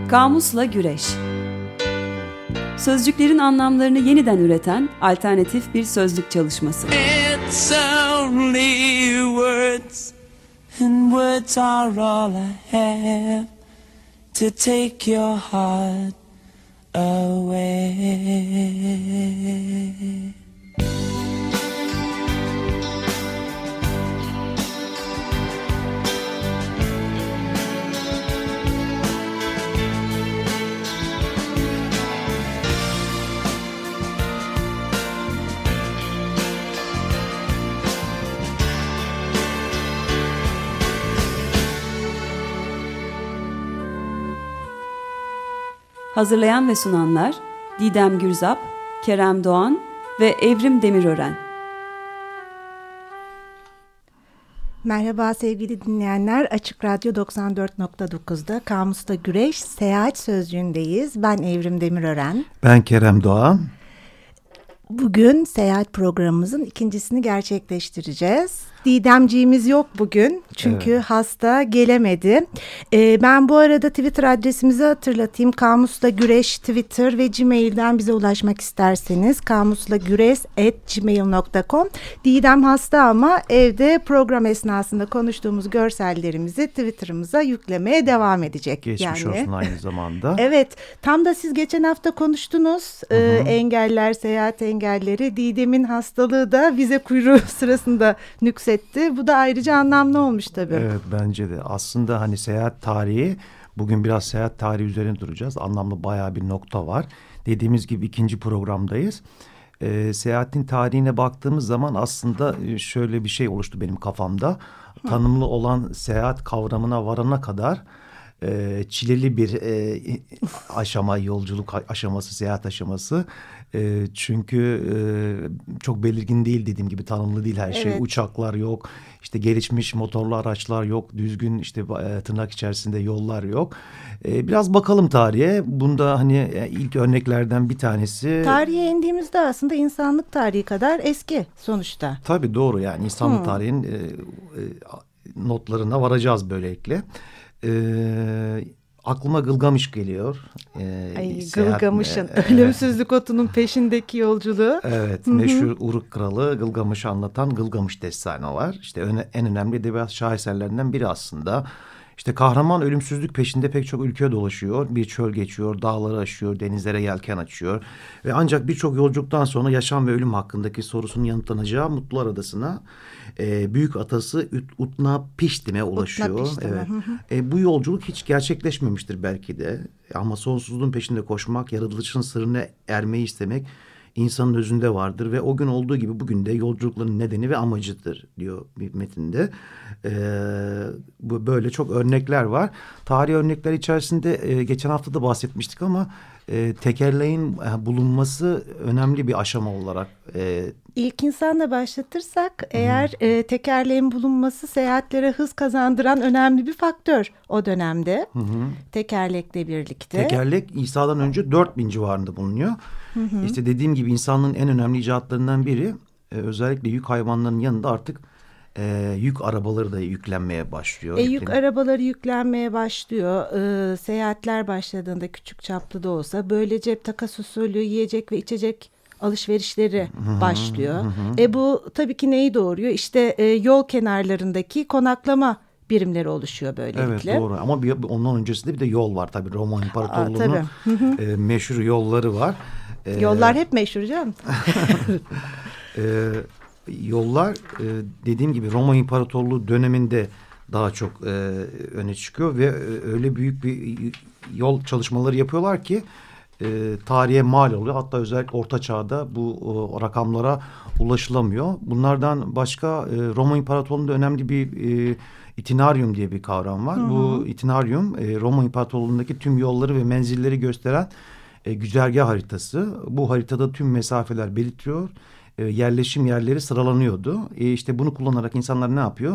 Kamusla Güreş. Sözcüklerin anlamlarını yeniden üreten alternatif bir sözlük çalışması. It's only words, and words are all I have to take your heart away. Hazırlayan ve sunanlar Didem Gürzap, Kerem Doğan ve Evrim Demirören. Merhaba sevgili dinleyenler. Açık Radyo 94.9'da Kamusla Güreş Seyahat Sözcüğü'ndeyiz. Ben Evrim Demirören. Ben Kerem Doğan. Bugün seyahat programımızın ikincisini gerçekleştireceğiz. Didemciğimiz yok bugün çünkü hasta, gelemedi. Ben bu arada Twitter adresimizi hatırlatayım. Kamusla Güreş Twitter ve Gmail'den bize ulaşmak isterseniz kamuslagüreş@gmail.com. Didem hasta ama evde program esnasında konuştuğumuz görsellerimizi Twitter'ımıza yüklemeye devam edecek. Geçmiş olsun aynı zamanda. Evet, tam da siz geçen hafta konuştunuz. Engeller, seyahat engelleri. Didem'in hastalığı da vize kuyruğu sırasında nüksetti. Bu da ayrıca anlamlı olmuş tabii. Evet, bence de. Aslında hani seyahat tarihi, bugün biraz seyahat tarihi üzerine duracağız. Anlamlı bayağı bir nokta var. Dediğimiz gibi ikinci programdayız. Seyahatin tarihine baktığımız zaman aslında şöyle bir şey oluştu benim kafamda. Tanımlı olan seyahat kavramına varana kadar çileli bir aşama, yolculuk aşaması, seyahat aşaması. Çünkü çok belirgin değil, dediğim gibi tanımlı değil her şey. Uçaklar yok, işte gelişmiş motorlu araçlar yok, düzgün işte tırnak içerisinde yollar yok. Biraz bakalım tarihe. Bunda hani ilk örneklerden bir tanesi. Tarihe indiğimizde aslında insanlık tarihi kadar eski sonuçta. Tabii doğru, yani insanlık tarihin notlarına varacağız böylelikle. Aklıma Gılgamış geliyor. Gılgamış'ın ölümsüzlük otunun peşindeki yolculuğu. Evet, meşhur Uruk Kralı Gılgamış'ı anlatan Gılgamış Destanı var. İşte en önemli edebiyat şaheserlerinden biri aslında. İşte kahraman ölümsüzlük peşinde pek çok ülke dolaşıyor. Bir çöl geçiyor, dağları aşıyor, denizlere yelken açıyor. Ve ancak birçok yolculuktan sonra yaşam ve ölüm hakkındaki sorusunun yanıtlanacağı Mutlular Adası'na büyük atası Utnapiştim'e ulaşıyor. Evet. Bu yolculuk hiç gerçekleşmemiştir belki de. Ama sonsuzluğun peşinde koşmak, yaratılışın sırrına ermeyi istemek insanın özünde vardır ve o gün olduğu gibi bugün de yolculukların nedeni ve amacıdır diyor bir metinde. Böyle çok örnekler var. Tarih örnekler içerisinde geçen hafta da bahsetmiştik ama tekerleğin bulunması önemli bir aşama olarak. İlk insanla başlatırsak eğer tekerleğin bulunması seyahatlere hız kazandıran önemli bir faktör o dönemde. Tekerlekle birlikte. Tekerlek İsa'dan önce 4000 civarında bulunuyor. İşte dediğim gibi insanlığın en önemli icatlarından biri. Özellikle yük hayvanlarının yanında artık yük arabaları da yüklenmeye başlıyor. Yük arabaları yüklenmeye başlıyor. Seyahatler başladığında küçük çaplı da olsa böylece takas usulü yiyecek ve içecek alışverişleri başlıyor. Bu tabii ki neyi doğuruyor? İşte yol kenarlarındaki konaklama birimleri oluşuyor böylelikle. Evet, doğru, ama ondan öncesinde bir de yol var tabii. Roma İmparatorluğu'nun meşhur yolları var. Yollar hep meşhur canım. Yollar dediğim gibi Roma İmparatorluğu döneminde daha çok öne çıkıyor ve öyle büyük bir yol çalışmaları yapıyorlar ki tarihe mal oluyor. Hatta özellikle Orta Çağ'da bu rakamlara ulaşılamıyor. Bunlardan başka Roma İmparatorluğu'nda önemli bir itinarium diye bir kavram var. Bu itinarium Roma İmparatorluğu'ndaki tüm yolları ve menzilleri gösteren güzergah haritası. Bu haritada tüm mesafeler belirtiyor. Yerleşim yerleri sıralanıyordu. İşte bunu kullanarak insanlar ne yapıyor?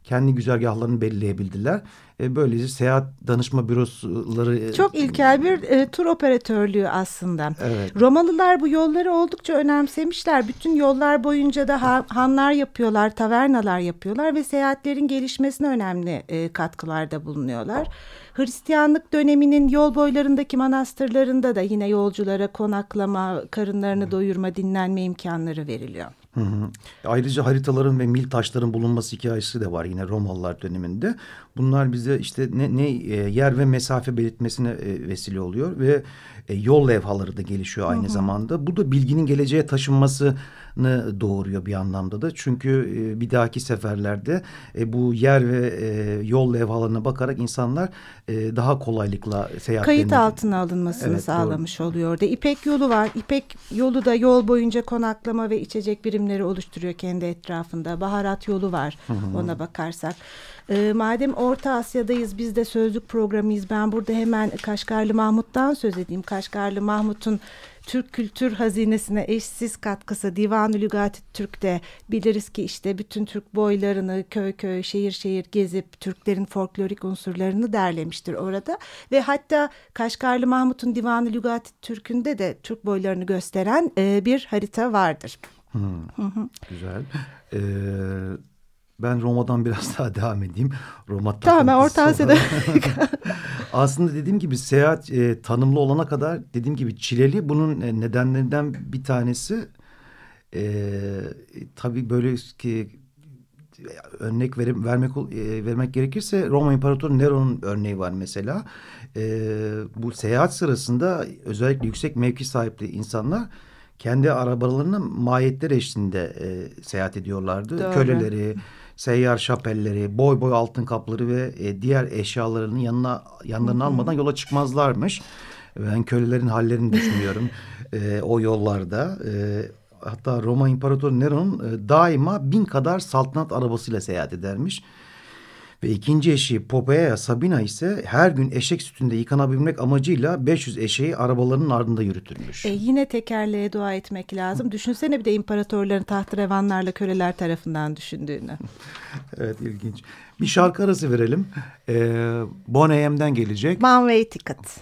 kendi güzergahlarını belirleyebildiler. Böylece seyahat danışma büroları... Çok ilkel bir tur operatörlüğü aslında. Evet. Romalılar bu yolları oldukça önemsemişler. Bütün yollar boyunca da hanlar yapıyorlar, tavernalar yapıyorlar ve seyahatlerin gelişmesine önemli katkılarda bulunuyorlar. Hristiyanlık döneminin yol boylarındaki manastırlarında da yine yolculara konaklama, karınlarını doyurma, dinlenme imkanları veriliyor. Hı hı. Ayrıca haritaların ve mil taşların bulunması hikayesi de var yine Romalılar döneminde. Bunlar bize işte yer ve mesafe belirtmesine vesile oluyor ve yol levhaları da gelişiyor aynı zamanda. Bu da bilginin geleceğe taşınmasını doğuruyor bir anlamda da. Çünkü bir dahaki seferlerde bu yer ve yol levhalarına bakarak insanlar daha kolaylıkla seyahatlerini... Kayıt altına alınmasını sağlamış oluyor. İpek yolu var. İpek yolu da yol boyunca konaklama ve içecek birimleri oluşturuyor kendi etrafında. Baharat yolu var ona bakarsak. Madem Orta Asya'dayız, biz de sözlük programıyız. Ben burada hemen Kaşgarlı Mahmut'tan söz edeyim. Kaşgarlı Mahmut'un Türk kültür hazinesine eşsiz katkısı Divan-ı Lügat-ı Türk'te biliriz ki işte bütün Türk boylarını köy köy, şehir şehir gezip Türklerin folklorik unsurlarını derlemiştir orada. Ve hatta Kaşgarlı Mahmut'un Divan-ı Lügat-ı Türk'ünde de Türk boylarını gösteren bir harita vardır. Güzel. Ben Roma'dan biraz daha devam edeyim. Roma tamam, ben Orta Asya'da. Aslında dediğim gibi seyahat tanımlı olana kadar dediğim gibi çileli. Bunun nedenlerinden bir tanesi tabii böyle ki örnek vermek gerekirse Roma İmparatoru Nero'nun örneği var mesela. Bu seyahat sırasında özellikle yüksek mevki sahipli insanlar kendi arabalarına mahiyetler eşliğinde seyahat ediyorlardı. Doğru. Köleleri, seyyar şapelleri, boy boy altın kapları ve diğer eşyalarını yanlarına almadan yola çıkmazlarmış. Ben kölelerin hallerini düşünüyorum o yollarda. Hatta Roma İmparatoru Nero'nun daima 1000 kadar saltanat arabasıyla seyahat edermiş. Ve ikinci eşi Poppaea Sabina ise her gün eşek sütünde yıkanabilmek amacıyla 500 eşeği arabalarının ardında yürütülmüş. Yine tekerleğe dua etmek lazım. Düşünsene bir de imparatorların tahterevanlarla köleler tarafından düşündüğünü. Evet, ilginç. Bir şarkı arası verelim. Boney M'den gelecek. One Way Ticket.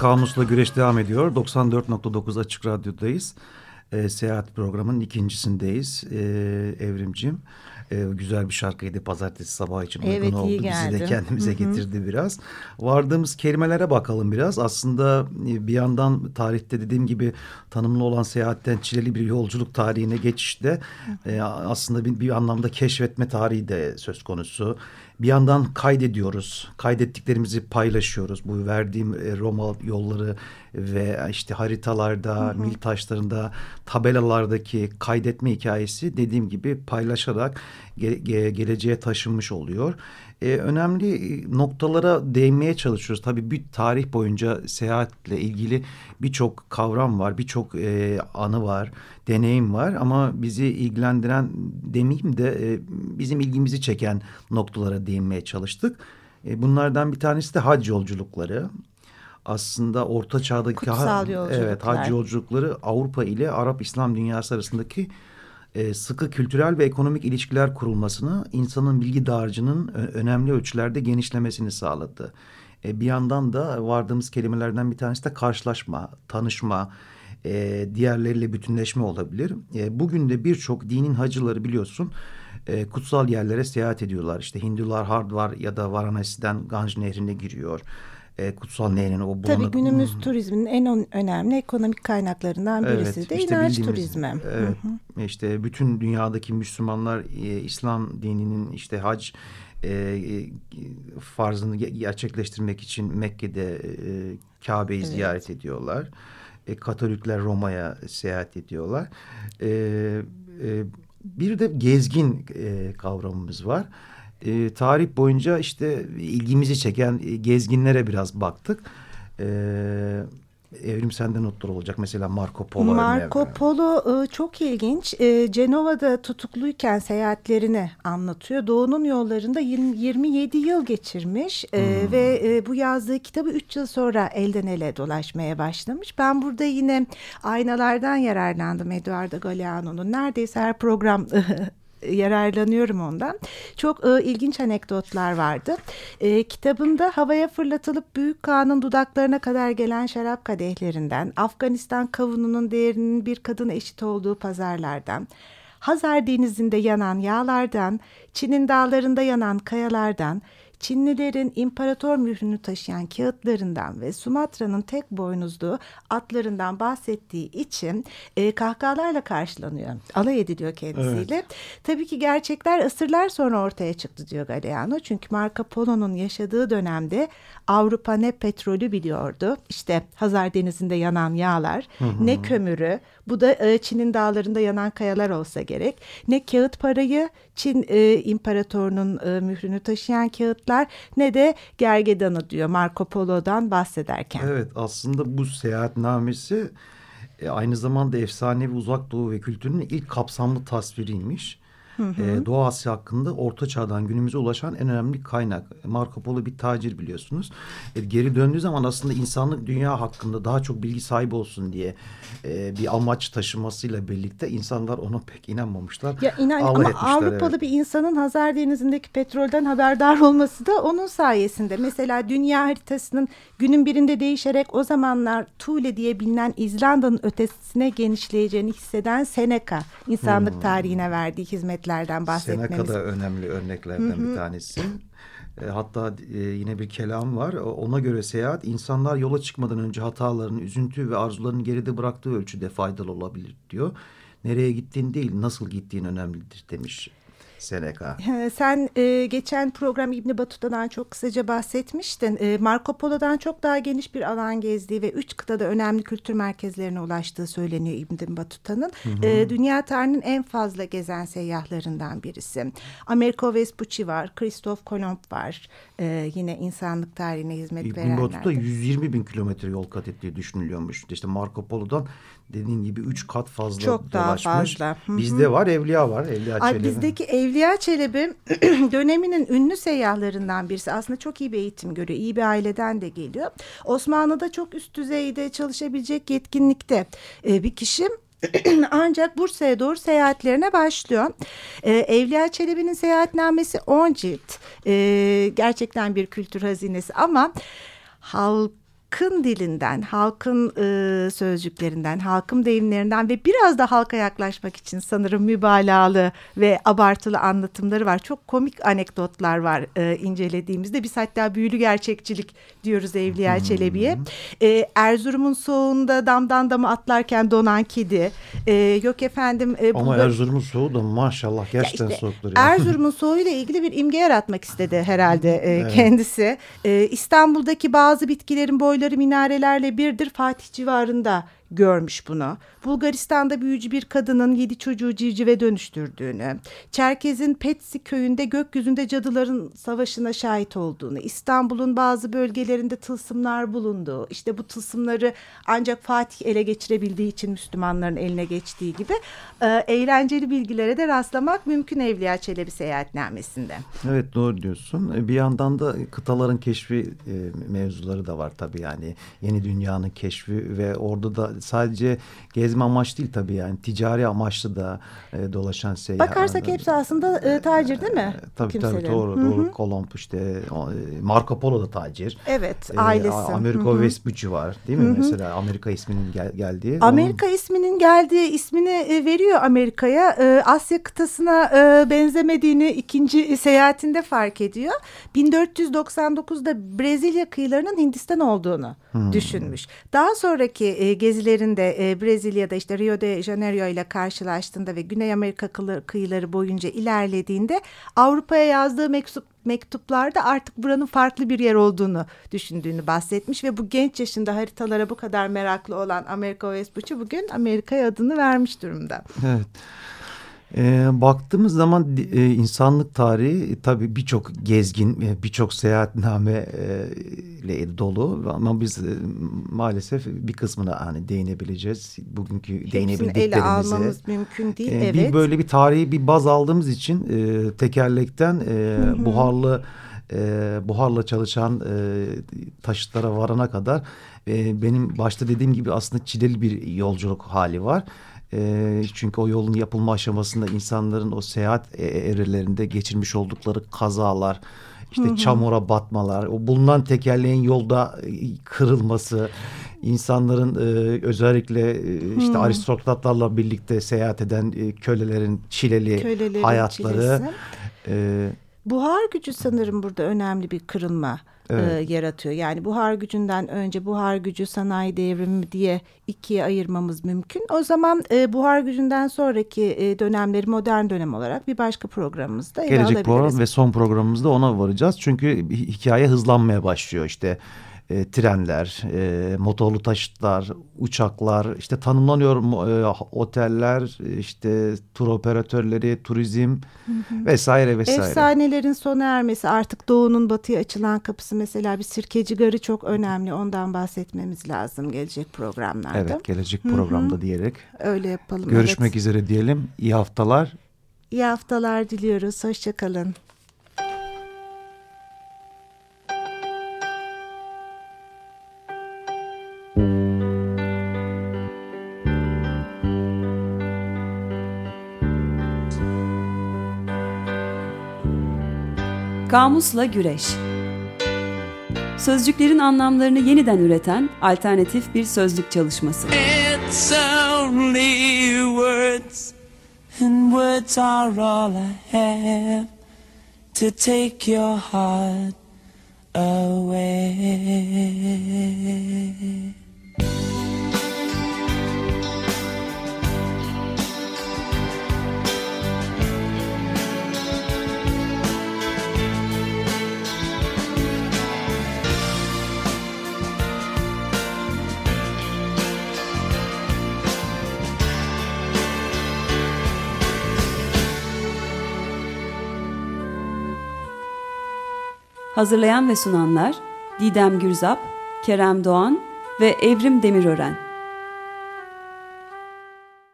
Kamusla Güreş devam ediyor. 94.9 Açık Radyo'dayız. Seyahat programının ikincisindeyiz. Evrimciğim. Güzel bir şarkıydı, pazartesi sabahı için uygun evet, oldu. geldi. Bizi de kendimize getirdi biraz. Vardığımız kelimelere bakalım biraz. Aslında bir yandan tarihte dediğim gibi tanımlı olan seyahatten çileli bir yolculuk tarihine geçişte aslında bir anlamda keşfetme tarihi de söz konusu. Bir yandan kaydediyoruz. Kaydettiklerimizi paylaşıyoruz. Bu verdiğim Roma yolları ve işte haritalarda, mil taşlarında, tabelalardaki kaydetme hikayesi dediğim gibi paylaşarak geleceğe taşınmış oluyor. Önemli noktalara değinmeye çalışıyoruz. Tabii bir tarih boyunca seyahatle ilgili birçok kavram var, birçok anı var, deneyim var. Ama bizi ilgilendiren demeyeyim de bizim ilgimizi çeken noktalara değinmeye çalıştık. Bunlardan bir tanesi de hac yolculukları. Aslında Orta Çağ'daki kutsal yolculuklar. Evet, hac yolculukları Avrupa ile Arap İslam dünyası arasındaki sıkı kültürel ve ekonomik ilişkiler kurulmasını, insanın bilgi dağarcığının önemli ölçülerde genişlemesini sağladı. Bir yandan da vardığımız kelimelerden bir tanesi de karşılaşma, tanışma, diğerleriyle bütünleşme olabilir. Bugün de birçok dinin hacıları biliyorsun kutsal yerlere seyahat ediyorlar. İşte Hindular Hardwar ya da Varanasi'den Ganj Nehri'ne giriyor. Kutsal Nehri'ne o tabii günümüz turizminin en önemli ekonomik kaynaklarından birisi evet, de işte inanç turizmi. Evet, işte bütün dünyadaki Müslümanlar İslam dininin işte hac farzını gerçekleştirmek için Mekke'de Kabe'yi ziyaret ediyorlar. Katolikler Roma'ya seyahat ediyorlar. Bir de gezgin kavramımız var. Tarih boyunca işte ilgimizi çeken gezginlere biraz baktık. Evrim sende notlar olacak. Mesela Marco Polo. Marco Polo çok ilginç. Cenova'da tutukluyken seyahatlerini anlatıyor. Doğu'nun yollarında 27 yıl geçirmiş ve bu yazdığı kitabı 3 yıl sonra elden ele dolaşmaya başlamış. Ben burada yine aynalardan yararlandım Eduardo Galeano'nun. Neredeyse her program yararlanıyorum ondan. Çok ilginç anekdotlar vardı. Kitabında havaya fırlatılıp Büyük Kağan'ın dudaklarına kadar gelen şarap kadehlerinden, Afganistan kavununun değerinin bir kadına eşit olduğu pazarlardan, Hazar Denizi'nde yanan yağlardan, Çin'in dağlarında yanan kayalardan, Çinlilerin imparator mührünü taşıyan kağıtlarından ve Sumatra'nın tek boynuzlu atlarından bahsettiği için kahkahalarla karşılanıyor. Alay ediliyor kendisiyle. Evet. Tabii ki gerçekler asırlar sonra ortaya çıktı diyor Galeano. Çünkü Marco Polo'nun yaşadığı dönemde Avrupa ne petrolü biliyordu. İşte Hazar Denizi'nde yanan yağlar, ne kömürü, bu da Çin'in dağlarında yanan kayalar olsa gerek. Ne kağıt parayı, Çin imparatorunun mührünü taşıyan kağıtlar, ne de gergedanı diyor Marco Polo'dan bahsederken. Evet, aslında bu seyahatnamesi aynı zamanda efsanevi Uzak Doğu ve kültürünün ilk kapsamlı tasviriymiş. Doğu Asya hakkında Orta Çağ'dan günümüze ulaşan en önemli kaynak. Marco Polo bir tacir biliyorsunuz. Geri döndüğü zaman aslında insanlık dünya hakkında daha çok bilgi sahibi olsun diye bir amaç taşımasıyla birlikte insanlar ona pek inanmamışlar. Ama Avrupalı bir insanın Hazar Denizi'ndeki petrolden haberdar olması da onun sayesinde. Mesela dünya haritasının günün birinde değişerek o zamanlar Thule diye bilinen İzlanda'nın ötesine genişleyeceğini hisseden Seneca, insanlık tarihine verdiği hizmetlerden bahsetmemiz. Seneca da önemli örneklerden bir tanesi. Hatta yine bir kelam var. Ona göre seyahat insanlar yola çıkmadan önce hatalarını, üzüntü ve arzularını geride bıraktığı ölçüde faydalı olabilir diyor. Nereye gittiğin değil, nasıl gittiğin önemlidir demiş Seneca. Sen geçen program İbn Battuta'dan çok kısaca bahsetmiştin. Marco Polo'dan çok daha geniş bir alan gezdiği ve 3 kıtada önemli kültür merkezlerine ulaştığı söyleniyor İbn Battuta'nın. Dünya tarihinin en fazla gezen seyyahlarından birisi. Amerigo Vespucci var, Christoph Kolomb var. Yine insanlık tarihine hizmet verenler. İbn Battuta 120 bin kilometre yol kat ettiği düşünülüyormuş. İşte Marco Polo'dan dediğin gibi 3 kat fazla çok dolaşmış. Daha fazla. Bizde var, Evliya var. Evliya Çelebi. Bizdeki Evliya Çelebi döneminin ünlü seyyahlarından birisi. Aslında çok iyi bir eğitim görüyor. İyi bir aileden de geliyor. Osmanlı'da çok üst düzeyde çalışabilecek yetkinlikte bir kişi. Ancak Bursa'ya doğru seyahatlerine başlıyor. Evliya Çelebi'nin seyahatnamesi 10 cilt. Gerçekten bir kültür hazinesi ama halkın dilinden, halkın sözcüklerinden, halkın deyimlerinden ve biraz da halka yaklaşmak için sanırım mübalağalı ve abartılı anlatımları var. Çok komik anekdotlar var incelediğimizde. Biz hatta büyülü gerçekçilik diyoruz Evliya Çelebi'ye. Erzurum'un soğuğunda damdan dama atlarken donan kedi. Yok efendim. Ama Erzurum'un soğuğu da maşallah gerçekten soğuktur. Erzurum'un soğuğuyla ilgili bir imge yaratmak istedi herhalde kendisi. İstanbul'daki bazı bitkilerin boyları minarelerle birdir. Fatih civarında görmüş bunu. Bulgaristan'da büyücü bir kadının 7 çocuğu civcive dönüştürdüğünü, Çerkez'in Petsi köyünde gökyüzünde cadıların savaşına şahit olduğunu, İstanbul'un bazı bölgelerinde tılsımlar bulunduğu, işte bu tılsımları ancak Fatih ele geçirebildiği için Müslümanların eline geçtiği gibi eğlenceli bilgilere de rastlamak mümkün Evliya Çelebi seyahatnamesinde. Evet, doğru diyorsun. Bir yandan da kıtaların keşfi mevzuları da var tabii, yani yeni dünyanın keşfi ve orada da sadece gezme amaç değil tabii, yani ticari amaçlı da dolaşan seyahat. Bakarsak hepsi aslında tacir değil mi? Tabii doğru. Kolomb işte, Marco Polo da tacir. Evet, ailesi. Amerigo Vespucci var değil mi? Mesela Amerika isminin geldiği. Amerika isminin geldiği ismini veriyor Amerika'ya. Asya kıtasına benzemediğini ikinci seyahatinde fark ediyor. 1499'da Brezilya kıyılarının Hindistan olduğunu düşünmüş. Daha sonraki gezilerinde Brezilya'da işte Rio de Janeiro ile karşılaştığında ve Güney Amerika kıyıları boyunca ilerlediğinde Avrupa'ya yazdığı mektuplarda artık buranın farklı bir yer olduğunu düşündüğünü bahsetmiş ve bu genç yaşında haritalara bu kadar meraklı olan Amerigo Vespucci bugün Amerika'ya adını vermiş durumda. Evet. Baktığımız zaman insanlık tarihi tabii birçok gezgin, birçok seyahatname ile dolu ama biz maalesef bir kısmına hani değinebileceğiz. Bugünkü değinebildiklerimizi ele almamız mümkün değil. Evet. Böyle bir tarihi bir baz aldığımız için tekerlekten buharla çalışan taşıtlara varana kadar benim başta dediğim gibi aslında çileli bir yolculuk hali var. Çünkü o yolun yapılma aşamasında insanların o seyahat evrelerinde geçirmiş oldukları kazalar, işte çamura batmalar, o bulunan tekerleğin yolda kırılması, insanların özellikle işte aristokratlarla birlikte seyahat eden kölelerin çileli hayatları. Buhar gücü sanırım burada önemli bir kırılma yaratıyor. Yani buhar gücünden önce buhar gücü sanayi devrimi diye ikiye ayırmamız mümkün. O zaman buhar gücünden sonraki dönemleri modern dönem olarak bir başka programımızda ele alabiliriz. Gelecek program ve son programımızda ona varacağız. Çünkü hikaye hızlanmaya başlıyor işte. Trenler, motorlu taşıtlar, uçaklar, işte tanımlanıyor oteller, işte tur operatörleri, turizm vesaire. Efsanelerin sona ermesi, artık doğunun batıya açılan kapısı, mesela bir Sirkeci Garı çok önemli. Ondan bahsetmemiz lazım gelecek programlarda. Evet, gelecek programda diyerek. Öyle yapalım. Görüşmek üzere diyelim. İyi haftalar. İyi haftalar diliyoruz. Hoşça kalın. Kamusla Güreş. Sözcüklerin anlamlarını yeniden üreten alternatif bir sözlük çalışması. It's only words, and words are all I have to take your heart away. Hazırlayan ve sunanlar Didem Gürzap, Kerem Doğan ve Evrim Demirören.